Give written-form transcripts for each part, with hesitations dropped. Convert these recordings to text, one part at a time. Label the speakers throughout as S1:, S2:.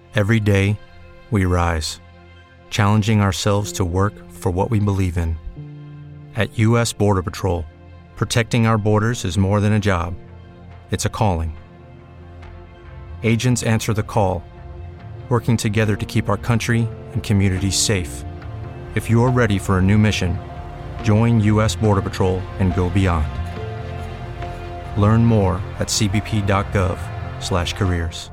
S1: Every day, we rise, challenging ourselves to work for what we believe in. At U.S. Border Patrol, protecting our borders is more than a job. It's a calling. Agents answer the call, working together to keep our country and communities safe. If you're ready for a new mission, join U.S. Border Patrol and go beyond. Learn more at cbp.gov/careers.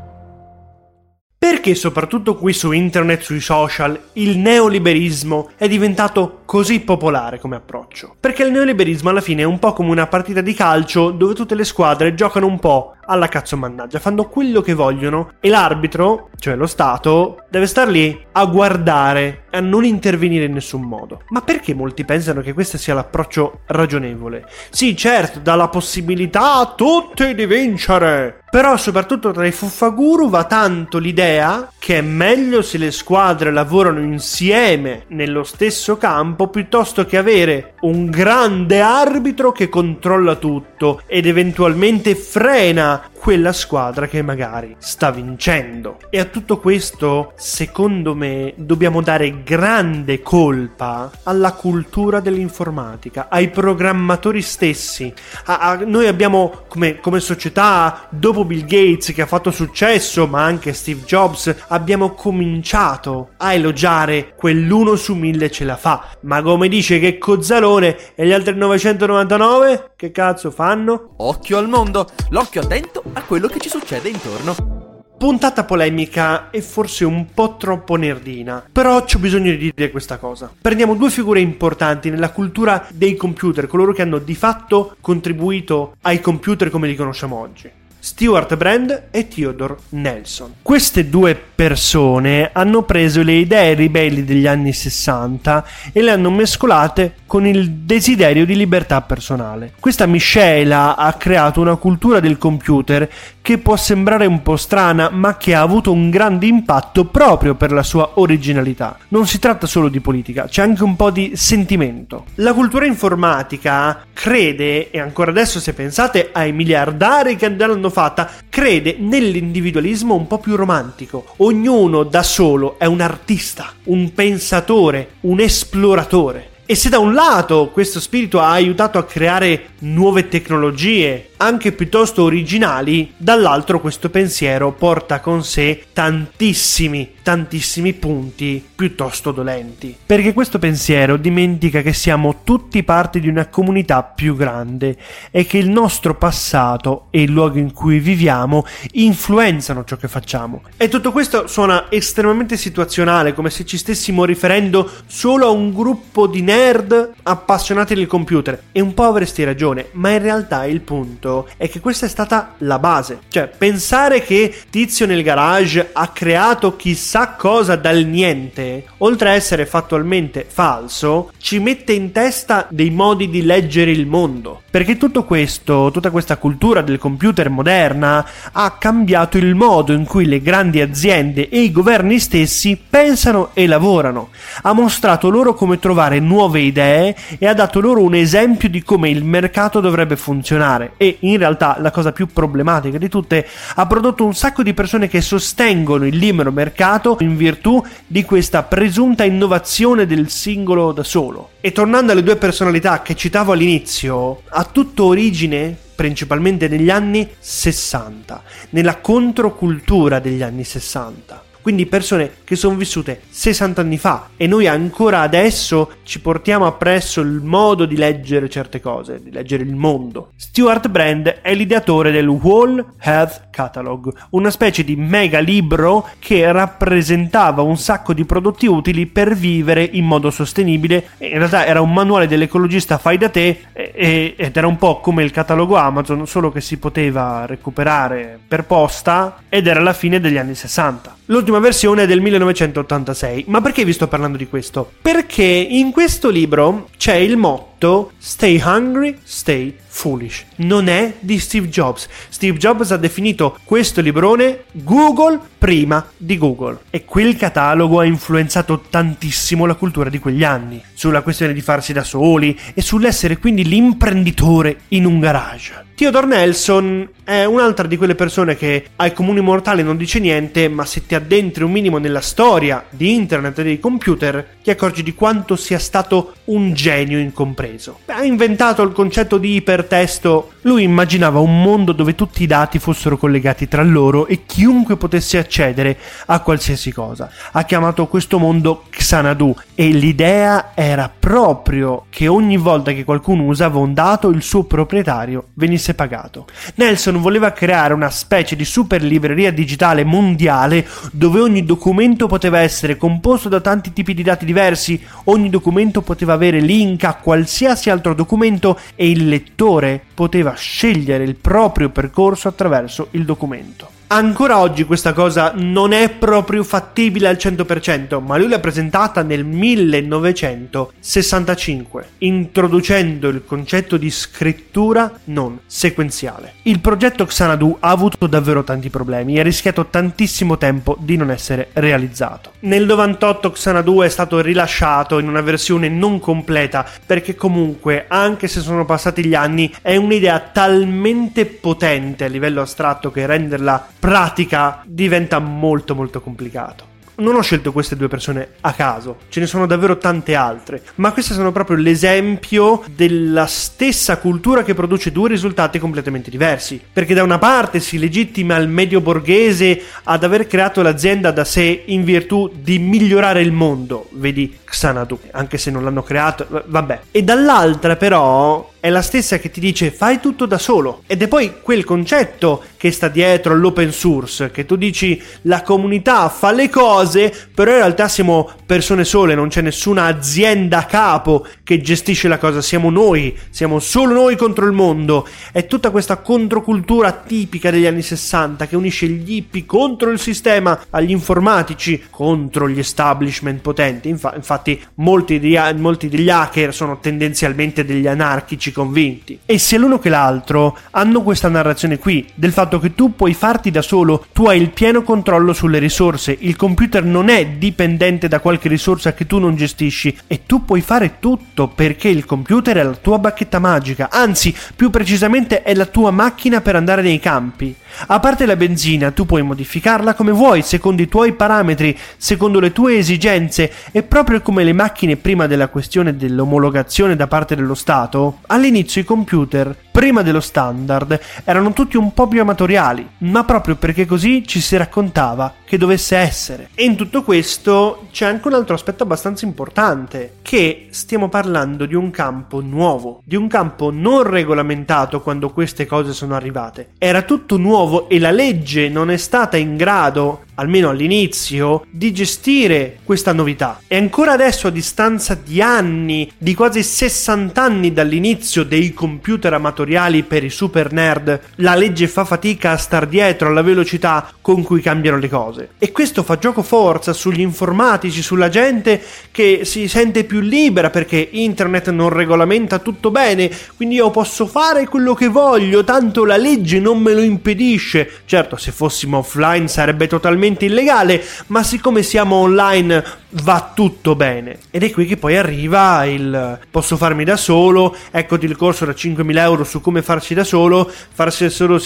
S2: Perché soprattutto qui su internet, sui social, il neoliberismo è diventato così popolare come approccio? Perché il neoliberismo alla fine è un po' come una partita di calcio dove tutte le squadre giocano un po' alla cazzo mannaggia, fanno quello che vogliono e l'arbitro, cioè lo Stato, deve star lì a guardare e a non intervenire in nessun modo. Ma perché molti pensano che questo sia l'approccio ragionevole? Sì, certo, dà la possibilità a tutti di vincere, però soprattutto tra i fuffaguru va tanto l'idea che è meglio se le squadre lavorano insieme nello stesso campo piuttosto che avere un grande arbitro che controlla tutto ed eventualmente frena quella squadra che magari sta vincendo. E a tutto questo, secondo me, dobbiamo dare grande colpa alla cultura dell'informatica, ai programmatori stessi. Noi abbiamo come società, dopo Bill Gates che ha fatto successo, ma anche Steve Jobs, abbiamo cominciato a elogiare quell'1 su 1000 ce la fa. Ma come dice che Cozzalone e gli altri 999 che cazzo fanno?
S3: Occhio al mondo, l'occhio attento a quello che ci succede intorno.
S2: Puntata polemica e forse un po' troppo nerdina, però c'ho bisogno di dire questa cosa. Prendiamo due figure importanti nella cultura dei computer, coloro che hanno di fatto contribuito ai computer come li conosciamo oggi: Stewart Brand e Theodore Nelson. Queste due persone hanno preso le idee ribelli degli anni 60 e le hanno mescolate con il desiderio di libertà personale. Questa miscela ha creato una cultura del computer che può sembrare un po' strana, ma che ha avuto un grande impatto proprio per la sua originalità. Non si tratta solo di politica, c'è anche un po' di sentimento. La cultura informatica crede, e ancora adesso se pensate ai miliardari che l'hanno fatta, crede nell'individualismo un po' più romantico. Ognuno da solo è un artista, un pensatore, un esploratore. E se da un lato questo spirito ha aiutato a creare nuove tecnologie, anche piuttosto originali, dall'altro questo pensiero porta con sé tantissimi punti piuttosto dolenti. Perché questo pensiero dimentica che siamo tutti parte di una comunità più grande e che il nostro passato e il luogo in cui viviamo influenzano ciò che facciamo. E tutto questo suona estremamente situazionale, come se ci stessimo riferendo solo a un gruppo di nerd appassionati del computer. E un po' avresti ragione, ma in realtà il punto è che questa è stata la base. Cioè, pensare che Tizio nel garage ha creato chissà cosa dal niente, oltre a essere fattualmente falso, ci mette in testa dei modi di leggere il mondo. Perché tutto questo, tutta questa cultura del computer moderna ha cambiato il modo in cui le grandi aziende e i governi stessi pensano e lavorano. Ha mostrato loro come trovare nuove idee e ha dato loro un esempio di come il mercato dovrebbe funzionare. E in realtà la cosa più problematica di tutte, ha prodotto un sacco di persone che sostengono il libero mercato in virtù di questa presunta innovazione del singolo da solo. E tornando alle due personalità che citavo all'inizio, ha tutto origine principalmente negli anni 60, nella controcultura degli anni 60. Quindi persone che sono vissute 60 anni fa e noi ancora adesso ci portiamo appresso il modo di leggere certe cose, di leggere il mondo. Stewart Brand è l'ideatore del World Health Catalog, una specie di mega libro che rappresentava un sacco di prodotti utili per vivere in modo sostenibile. In realtà era un manuale dell'ecologista fai da te ed era un po' come il catalogo Amazon, solo che si poteva recuperare per posta ed era la fine degli anni 60. L'ultima versione è del 1986. Ma perché vi sto parlando di questo? Perché in questo libro c'è il motto motto Stay hungry, stay foolish. Non è di Steve Jobs. Steve Jobs ha definito questo librone Google prima di Google, e quel catalogo ha influenzato tantissimo la cultura di quegli anni, sulla questione di farsi da soli e sull'essere quindi l'imprenditore in un garage. Theodore Nelson è un'altra di quelle persone che ai comuni mortali non dice niente, ma se ti addentri un minimo nella storia di internet e dei computer ti accorgi di quanto sia stato un genio incompreso. Ha inventato il concetto di ipertesto. Lui immaginava un mondo dove tutti i dati fossero collegati tra loro e chiunque potesse accedere a qualsiasi cosa. Ha chiamato questo mondo Xanadu, e l'idea era proprio che ogni volta che qualcuno usava un dato il suo proprietario venisse pagato. Nelson voleva creare una specie di super libreria digitale mondiale dove ogni documento poteva essere composto da tanti tipi di dati diversi, ogni documento poteva avere link a qualsiasi altro documento e il lettore poteva scegliere il proprio percorso attraverso il documento. Ancora oggi questa cosa non è proprio fattibile al 100%, ma lui l'ha presentata nel 1965, introducendo il concetto di scrittura non sequenziale. Il progetto Xanadu ha avuto davvero tanti problemi e ha rischiato tantissimo tempo di non essere realizzato. Nel 98 Xanadu è stato rilasciato in una versione non completa, perché comunque, anche se sono passati gli anni, è un'idea talmente potente a livello astratto che renderla pratica diventa molto molto complicato. Non ho scelto queste due persone a caso, ce ne sono davvero tante altre, ma queste sono proprio l'esempio della stessa cultura che produce due risultati completamente diversi, perché da una parte si legittima il medio borghese ad aver creato l'azienda da sé in virtù di migliorare il mondo, vedi Xanadu, anche se non l'hanno creato, vabbè, e dall'altra però è la stessa che ti dice fai tutto da solo, ed è poi quel concetto che sta dietro all'open source, che tu dici la comunità fa le cose, però in realtà siamo persone sole, non c'è nessuna azienda a capo che gestisce la cosa, siamo solo noi contro il mondo. È tutta questa controcultura tipica degli anni 60 che unisce gli hippie contro il sistema agli informatici contro gli establishment potenti. Infatti molti degli hacker sono tendenzialmente degli anarchici convinti, e sia l'uno che l'altro hanno questa narrazione qui del fatto che tu puoi farti da solo, tu hai il pieno controllo sulle risorse, il computer non è dipendente da qualche risorsa che tu non gestisci e tu puoi fare tutto perché il computer è la tua bacchetta magica, anzi più precisamente è la tua macchina per andare nei campi. A parte la benzina, tu puoi modificarla come vuoi, secondo i tuoi parametri, secondo le tue esigenze, e proprio come le macchine prima della questione dell'omologazione da parte dello Stato, all'inizio i computer, prima dello standard, erano tutti un po' più amatoriali, ma proprio perché così ci si raccontava che dovesse essere. E in tutto questo c'è anche un altro aspetto abbastanza importante, che stiamo parlando di un campo nuovo, di un campo non regolamentato quando queste cose sono arrivate. Era tutto nuovo e la legge non è stata in grado, almeno all'inizio, di gestire questa novità. E ancora adesso, a distanza di anni, di quasi 60 anni dall'inizio dei computer amatoriali per i super nerd, la legge fa fatica a star dietro alla velocità con cui cambiano le cose. E questo fa gioco forza sugli informatici, sulla gente che si sente più libera perché internet non regolamenta tutto bene, quindi io posso fare quello che voglio, tanto la legge non me lo impedisce. Certo, se fossimo offline sarebbe totalmente illegale, ma siccome siamo online va tutto bene. Ed è qui che poi arriva il posso farmi da solo, eccoti il corso da 5.000 euro su come farsi da solo. Farsi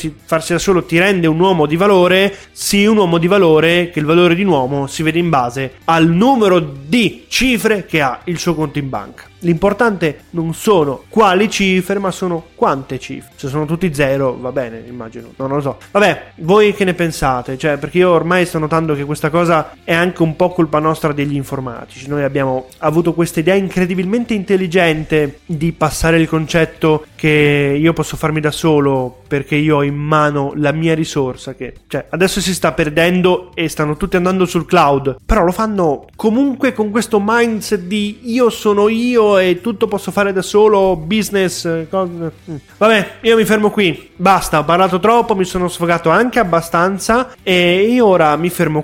S2: da solo ti rende un uomo di valore, sì, un uomo di valore, che il valore di un uomo si vede in base al numero di cifre che ha il suo conto in banca. L'importante non sono quali cifre, ma sono quante cifre. Se sono tutti zero, va bene, immagino, non lo so. Vabbè, voi che ne pensate? Cioè, perché io ormai sto notando che questa cosa è anche un po' colpa nostra degli informatici. Noi abbiamo avuto questa idea incredibilmente intelligente di passare il concetto che io posso farmi da solo perché io ho in mano la mia risorsa, che cioè adesso si sta perdendo e stanno tutti andando sul cloud, però lo fanno comunque con questo mindset di io sono io e tutto posso fare da solo, business, cose. Vabbè, io mi fermo qui, basta, ho parlato troppo, mi sono sfogato anche abbastanza e io ora mi fermo qui.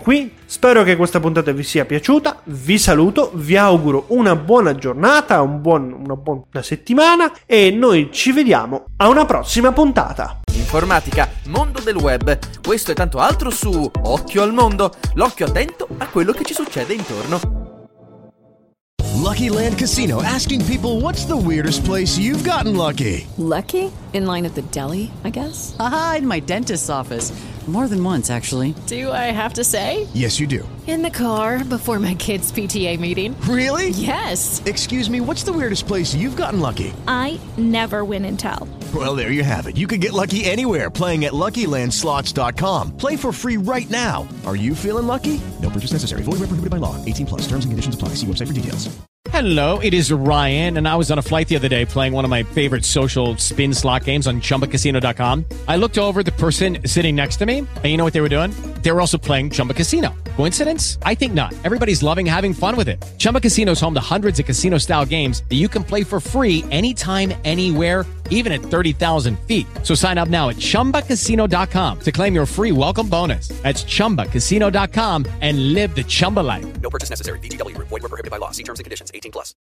S2: Spero che questa puntata vi sia piaciuta, vi saluto, vi auguro una buona giornata, una buona settimana e noi ci vediamo a una prossima puntata.
S3: Informatica, mondo del web, questo e tanto altro su Occhio al Mondo, l'occhio attento a quello che ci succede intorno.
S4: Lucky Land Casino, asking people, what's the weirdest place you've gotten lucky?
S5: Lucky? In line at the deli, I guess?
S6: Aha, in my dentist's office. More than once, actually.
S5: Do I have to say?
S4: Yes, you do.
S5: In the car before my kids' PTA meeting.
S4: Really?
S5: Yes.
S4: Excuse me, what's the weirdest place you've gotten lucky?
S7: I never win and tell.
S4: Well, there you have it. You can get lucky anywhere, playing at LuckyLandSlots.com. Play for free right now. Are you feeling lucky? No purchase necessary. Void where prohibited by law. 18+. Terms and conditions apply. See website for details.
S8: Hello, it is Ryan, and I was on a flight the other day playing one of my favorite social spin slot games on ChumbaCasino.com. I looked over at the person sitting next to me, and you know what they were doing? They were also playing Chumba Casino. Coincidence? I think not. Everybody's loving having fun with it. Chumba Casino is home to hundreds of casino-style games that you can play for free anytime, anywhere, even at 30,000 feet. So sign up now at ChumbaCasino.com to claim your free welcome bonus. That's ChumbaCasino.com and live the Chumba life.
S3: No purchase necessary. VGW. Void where prohibited by law. See terms and conditions. 18+.